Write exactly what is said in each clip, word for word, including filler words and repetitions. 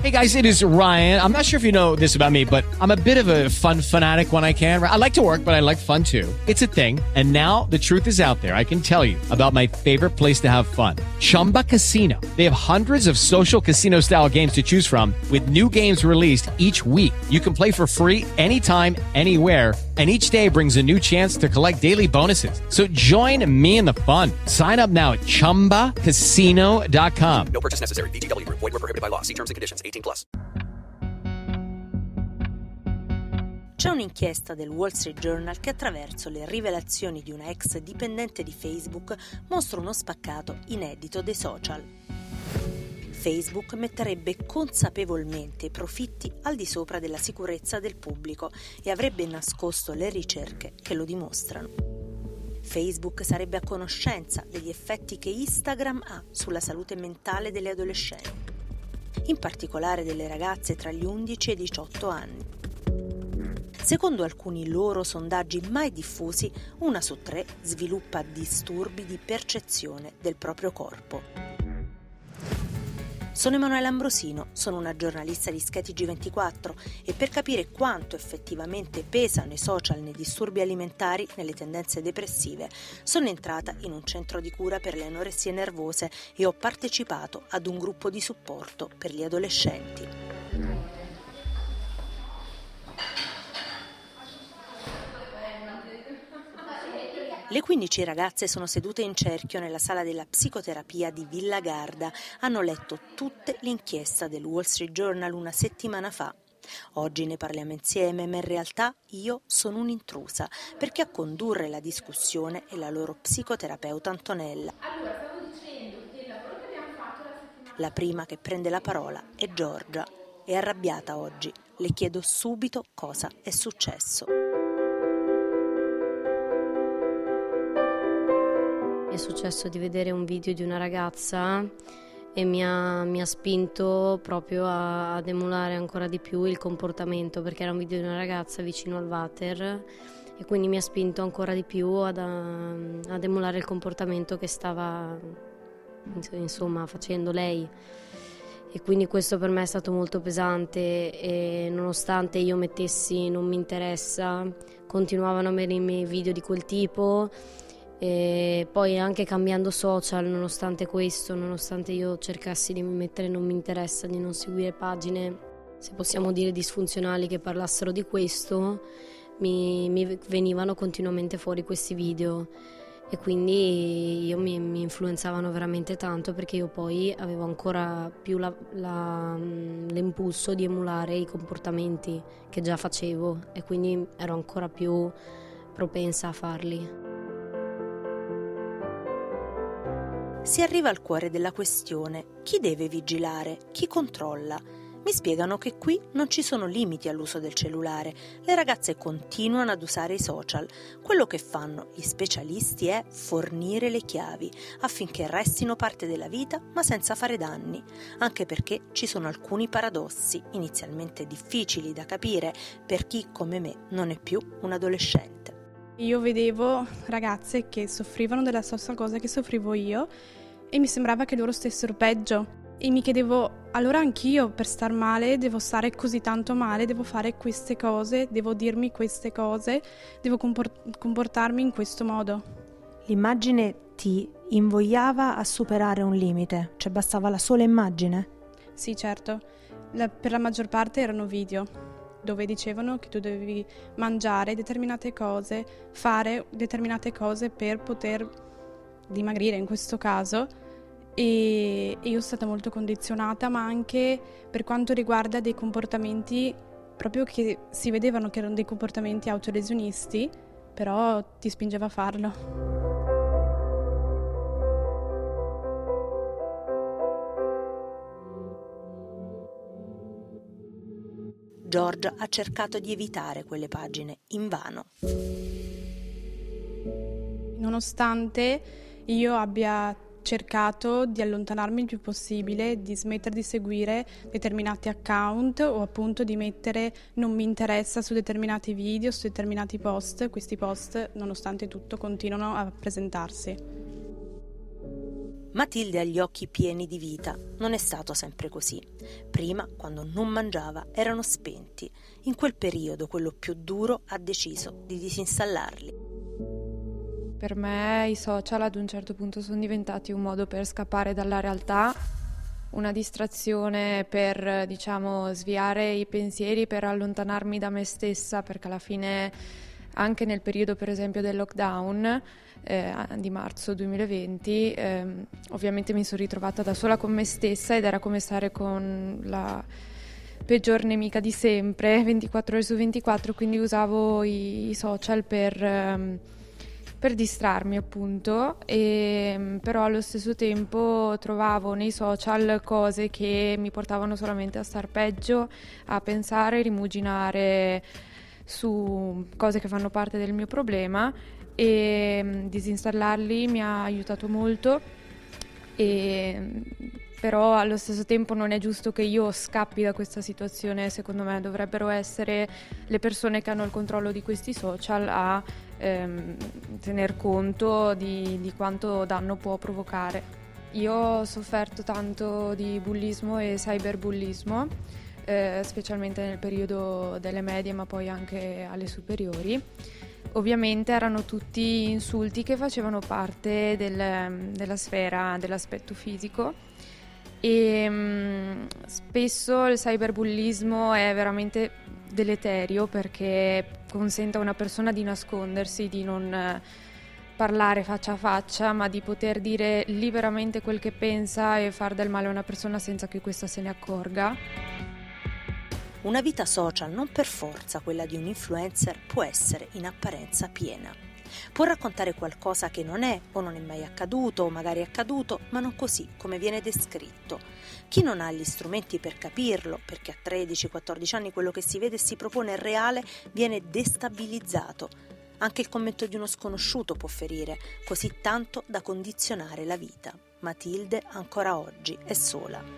Hey guys, it is Ryan. I'm not sure if you know this about me, but I'm a bit of a fun fanatic when I can. I like to work, but I like fun too. It's a thing. And now the truth is out there. I can tell you about my favorite place to have fun. Chumba Casino. They have hundreds of social casino style games to choose from with new games released each week. You can play for free anytime, anywhere. And each day brings a new chance to collect daily bonuses. So join me in the fun. Sign up now at chumba casino dot com. No purchase necessary. V G W. Void where prohibited by law. See terms and conditions. eighteen plus. C'è un'inchiesta del Wall Street Journal che attraverso le rivelazioni di una ex dipendente di Facebook mostra uno spaccato inedito dei social. Facebook metterebbe consapevolmente i profitti al di sopra della sicurezza del pubblico e avrebbe nascosto le ricerche che lo dimostrano. Facebook sarebbe a conoscenza degli effetti che Instagram ha sulla salute mentale delle adolescenti, in particolare delle ragazze tra gli undici e i diciotto anni. Secondo alcuni loro sondaggi mai diffusi, una su tre sviluppa disturbi di percezione del proprio corpo. Sono Emanuela Ambrosino, sono una giornalista di Sky T G ventiquattro e per capire quanto effettivamente pesano i social nei disturbi alimentari, nelle tendenze depressive, sono entrata in un centro di cura per le anoressie nervose e ho partecipato ad un gruppo di supporto per gli adolescenti. Le quindici ragazze sono sedute in cerchio nella sala della psicoterapia di Villa Garda. Hanno letto tutte l'inchiesta del Wall Street Journal una settimana fa. Oggi ne parliamo insieme, ma in realtà io sono un'intrusa, perché a condurre la discussione è la loro psicoterapeuta Antonella. Allora, stavo dicendo che il lavoro che abbiamo fatto la settimana... La prima che prende la parola è Giorgia. È arrabbiata oggi. Le chiedo subito cosa è successo. Mi è successo di vedere un video di una ragazza e mi ha, mi ha spinto proprio a, ad emulare ancora di più il comportamento, perché era un video di una ragazza vicino al water e quindi mi ha spinto ancora di più ad, ad emulare il comportamento che stava insomma facendo lei. E quindi questo per me è stato molto pesante e nonostante io mettessi non mi interessa, continuavano a vedere i miei video di quel tipo. E poi anche cambiando social, nonostante questo, nonostante io cercassi di mettere non mi interessa, di non seguire pagine, se possiamo dire disfunzionali, che parlassero di questo, mi, mi venivano continuamente fuori questi video e quindi io mi, mi influenzavano veramente tanto, perché io poi avevo ancora più la, la, l'impulso di emulare i comportamenti che già facevo e quindi ero ancora più propensa a farli. Si arriva al cuore della questione: chi deve vigilare? Chi controlla? Mi spiegano che qui non ci sono limiti all'uso del cellulare, le ragazze continuano ad usare i social. Quello che fanno gli specialisti è fornire le chiavi affinché restino parte della vita ma senza fare danni, anche perché ci sono alcuni paradossi inizialmente difficili da capire per chi come me non è più un adolescente. Io vedevo ragazze che soffrivano della stessa cosa che soffrivo io e mi sembrava che loro stessero peggio. E mi chiedevo, allora anch'io per star male devo stare così tanto male, devo fare queste cose, devo dirmi queste cose, devo comport- comportarmi in questo modo. L'immagine ti invogliava a superare un limite, cioè bastava la sola immagine? Sì, certo. La, per la maggior parte erano video, dove dicevano che tu dovevi mangiare determinate cose, fare determinate cose per poter dimagrire in questo caso. E io sono stata molto condizionata, ma anche per quanto riguarda dei comportamenti proprio che si vedevano che erano dei comportamenti autolesionisti, però ti spingeva a farlo. Giorgia ha cercato di evitare quelle pagine, invano. Nonostante io abbia cercato di allontanarmi il più possibile, di smettere di seguire determinati account o appunto di mettere non mi interessa su determinati video, su determinati post, questi post nonostante tutto continuano a presentarsi. Matilde ha gli occhi pieni di vita. Non è stato sempre così. Prima, quando non mangiava, erano spenti. In quel periodo, quello più duro, ha deciso di disinstallarli. Per me i social ad un certo punto sono diventati un modo per scappare dalla realtà, una distrazione per, diciamo, sviare i pensieri, per allontanarmi da me stessa, perché alla fine, anche nel periodo per esempio del lockdown eh, di marzo duemilaventi, eh, ovviamente mi sono ritrovata da sola con me stessa ed era come stare con la peggior nemica di sempre, ventiquattro ore su ventiquattro, quindi usavo i, i social per, um, per distrarmi appunto, e, però allo stesso tempo trovavo nei social cose che mi portavano solamente a star peggio, a pensare, rimuginare su cose che fanno parte del mio problema, e disinstallarli mi ha aiutato molto, e però allo stesso tempo non è giusto che io scappi da questa situazione. Secondo me dovrebbero essere le persone che hanno il controllo di questi social a ehm, tener conto di, di quanto danno può provocare. Io ho sofferto tanto di bullismo e cyberbullismo, eh, specialmente nel periodo delle medie, ma poi anche alle superiori. Ovviamente erano tutti insulti che facevano parte del, della sfera dell'aspetto fisico, e mh, spesso il cyberbullismo è veramente deleterio perché consente a una persona di nascondersi, di non parlare faccia a faccia, ma di poter dire liberamente quel che pensa e far del male a una persona senza che questa se ne accorga. Una vita social, non per forza quella di un influencer, può essere in apparenza piena. Può raccontare qualcosa che non è o non è mai accaduto o magari è accaduto, ma non così come viene descritto. Chi non ha gli strumenti per capirlo, perché a tredici quattordici anni quello che si vede e si propone è reale, viene destabilizzato. Anche il commento di uno sconosciuto può ferire, così tanto da condizionare la vita. Matilde ancora oggi è sola.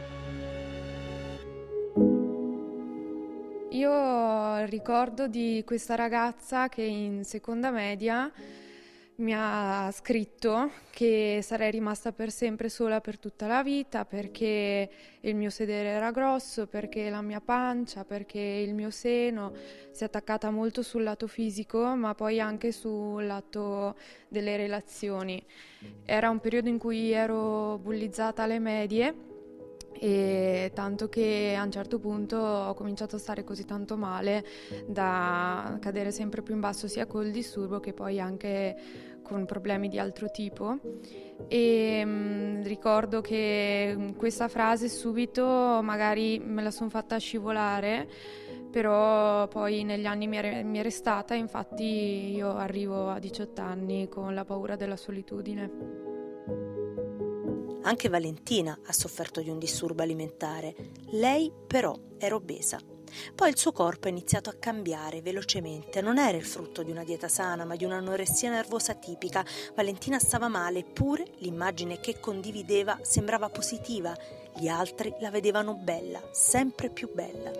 Io ricordo di questa ragazza che in seconda media mi ha scritto che sarei rimasta per sempre sola per tutta la vita, perché il mio sedere era grosso, perché la mia pancia, perché il mio seno. Si è attaccata molto sul lato fisico, ma poi anche sul lato delle relazioni. Era un periodo in cui ero bullizzata alle medie, e tanto che a un certo punto ho cominciato a stare così tanto male da cadere sempre più in basso, sia col disturbo che poi anche con problemi di altro tipo. E mh, ricordo che questa frase subito magari me la sono fatta scivolare, però poi negli anni mi è, mi è restata. Infatti io arrivo a diciotto anni con la paura della solitudine. Anche Valentina ha sofferto di un disturbo alimentare. Lei però era obesa. Poi il suo corpo ha iniziato a cambiare velocemente. Non era il frutto di una dieta sana, ma di un'anoressia nervosa tipica. Valentina stava male, eppure l'immagine che condivideva sembrava positiva. Gli altri la vedevano bella, sempre più bella.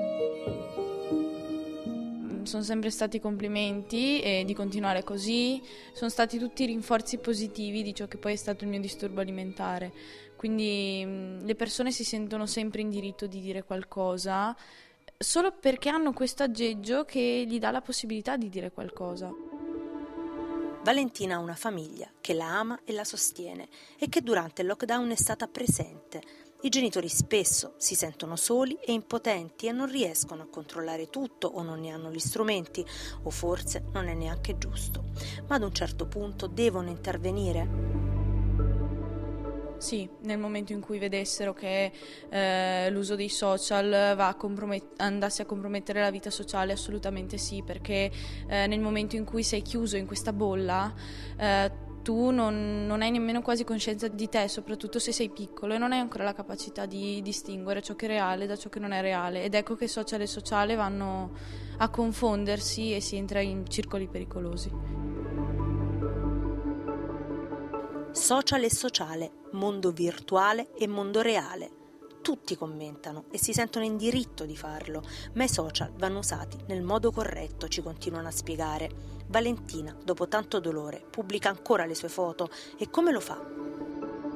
Sono sempre stati complimenti e di continuare così, sono stati tutti rinforzi positivi di ciò che poi è stato il mio disturbo alimentare, quindi mh, le persone si sentono sempre in diritto di dire qualcosa solo perché hanno questo aggeggio che gli dà la possibilità di dire qualcosa. Valentina ha una famiglia che la ama e la sostiene e che durante il lockdown è stata presente. I genitori spesso si sentono soli e impotenti e non riescono a controllare tutto, o non ne hanno gli strumenti, o forse non è neanche giusto. Ma ad un certo punto devono intervenire. Sì, nel momento in cui vedessero che eh, l'uso dei social va a compromet- andasse a compromettere la vita sociale, assolutamente sì, perché eh, nel momento in cui sei chiuso in questa bolla, eh, tu non, non hai nemmeno quasi coscienza di te, soprattutto se sei piccolo, e non hai ancora la capacità di distinguere ciò che è reale da ciò che non è reale, ed ecco che social e sociale vanno a confondersi e si entra in circoli pericolosi. Social e sociale, mondo virtuale e mondo reale. Tutti commentano e si sentono in diritto di farlo, ma i social vanno usati nel modo corretto, ci continuano a spiegare. Valentina, dopo tanto dolore, pubblica ancora le sue foto. E come lo fa?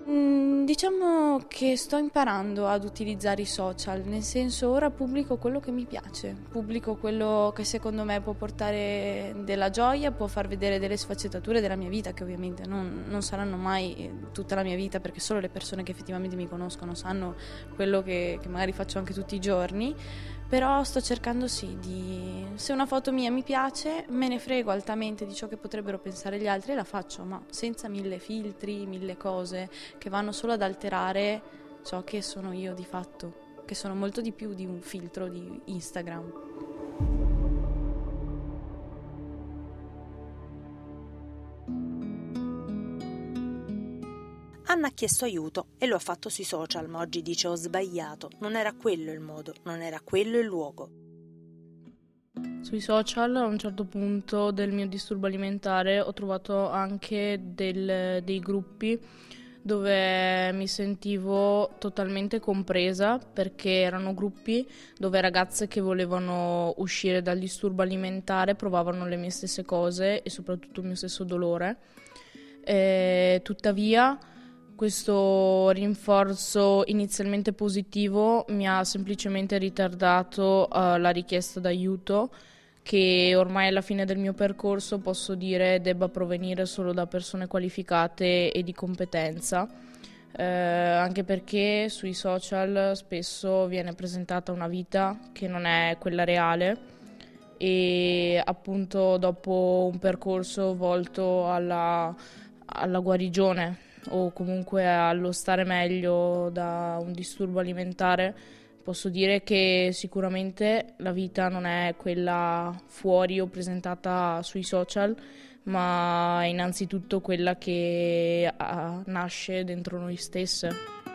Mm, diciamo che sto imparando ad utilizzare i social, nel senso ora pubblico quello che mi piace, pubblico quello che secondo me può portare della gioia, può far vedere delle sfaccettature della mia vita che ovviamente non, non saranno mai tutta la mia vita, perché solo le persone che effettivamente mi conoscono sanno quello che, che magari faccio anche tutti i giorni. Però sto cercando sì di... se una foto mia mi piace, me ne frego altamente di ciò che potrebbero pensare gli altri e la faccio, ma senza mille filtri, mille cose che vanno solo ad alterare ciò che sono io di fatto, che sono molto di più di un filtro di Instagram. Anna ha chiesto aiuto e lo ha fatto sui social, ma oggi dice: ho sbagliato, non era quello il modo, non era quello il luogo. Sui social a un certo punto del mio disturbo alimentare ho trovato anche del, dei gruppi dove mi sentivo totalmente compresa, perché erano gruppi dove ragazze che volevano uscire dal disturbo alimentare provavano le mie stesse cose e soprattutto il mio stesso dolore. E, tuttavia questo rinforzo inizialmente positivo mi ha semplicemente ritardato uh, la richiesta d'aiuto, che ormai alla fine del mio percorso posso dire debba provenire solo da persone qualificate e di competenza, eh, anche perché sui social spesso viene presentata una vita che non è quella reale e appunto dopo un percorso volto alla, alla guarigione o comunque allo stare meglio da un disturbo alimentare, posso dire che sicuramente la vita non è quella fuori o presentata sui social, ma è innanzitutto quella che uh, nasce dentro noi stesse.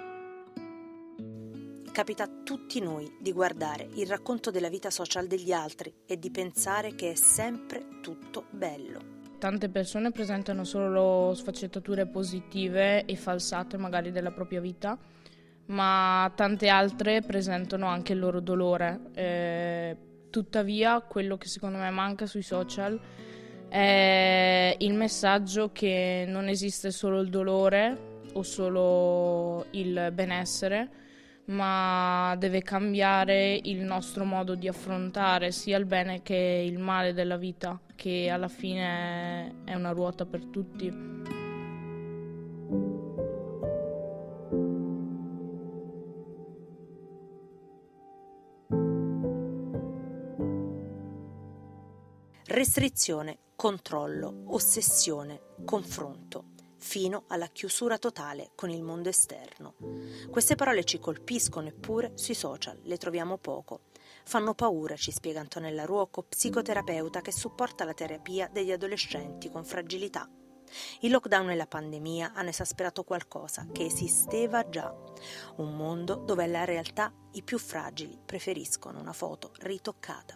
Capita a tutti noi di guardare il racconto della vita social degli altri e di pensare che è sempre tutto bello. Tante persone presentano solo sfaccettature positive e falsate magari della propria vita, ma tante altre presentano anche il loro dolore. Eh, tuttavia, quello che secondo me manca sui social è il messaggio che non esiste solo il dolore o solo il benessere, ma deve cambiare il nostro modo di affrontare sia il bene che il male della vita, che alla fine è una ruota per tutti. Restrizione, controllo, ossessione, confronto, fino alla chiusura totale con il mondo esterno. Queste parole ci colpiscono, eppure sui social le troviamo poco. Fanno paura, ci spiega Antonella Ruocco, psicoterapeuta che supporta la terapia degli adolescenti con fragilità. Il lockdown e la pandemia hanno esasperato qualcosa che esisteva già, un mondo dove la realtà i più fragili preferiscono una foto ritoccata.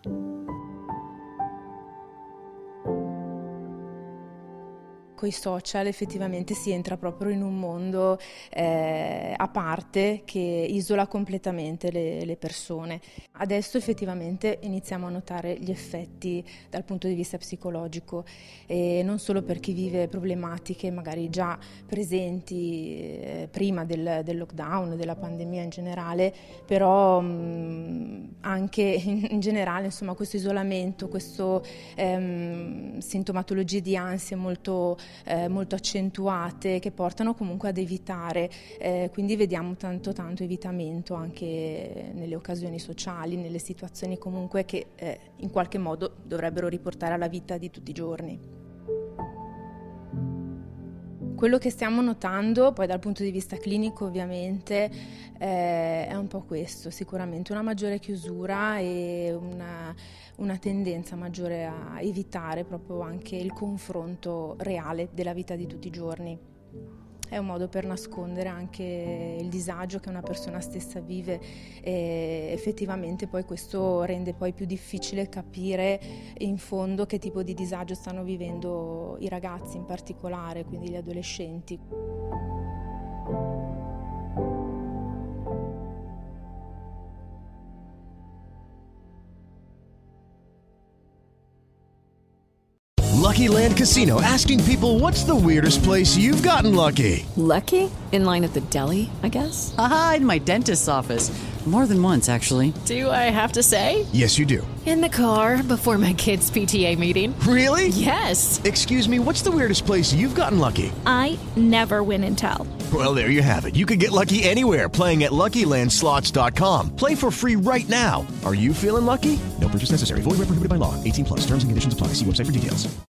Con i social effettivamente si entra proprio in un mondo eh, a parte che isola completamente le, le persone. Adesso effettivamente iniziamo a notare gli effetti dal punto di vista psicologico, e non solo per chi vive problematiche magari già presenti eh, prima del, del lockdown, della pandemia in generale, però mh, anche in, in generale, insomma, questo isolamento, questo ehm, sintomatologie di ansia molto Eh, molto accentuate che portano comunque ad evitare, eh, quindi vediamo tanto tanto evitamento anche nelle occasioni sociali, nelle situazioni comunque che eh, in qualche modo dovrebbero riportare alla vita di tutti i giorni. Quello che stiamo notando poi dal punto di vista clinico ovviamente eh, è un po' questo, sicuramente una maggiore chiusura e una, una tendenza maggiore a evitare proprio anche il confronto reale della vita di tutti i giorni. È un modo per nascondere anche il disagio che una persona stessa vive e effettivamente poi questo rende poi più difficile capire in fondo che tipo di disagio stanno vivendo i ragazzi in particolare, quindi gli adolescenti. Lucky Land Casino, asking people, what's the weirdest place you've gotten lucky? Lucky? In line at the deli, I guess? Aha, in my dentist's office. More than once, actually. Do I have to say? Yes, you do. In the car before my kids' P T A meeting. Really? Yes. Excuse me, what's the weirdest place you've gotten lucky? I never win and tell. Well, there you have it. You can get lucky anywhere, playing at Lucky Land Slots dot com. Play for free right now. Are you feeling lucky? No purchase necessary. Void where prohibited by law. eighteen plus. Terms and conditions apply. See website for details.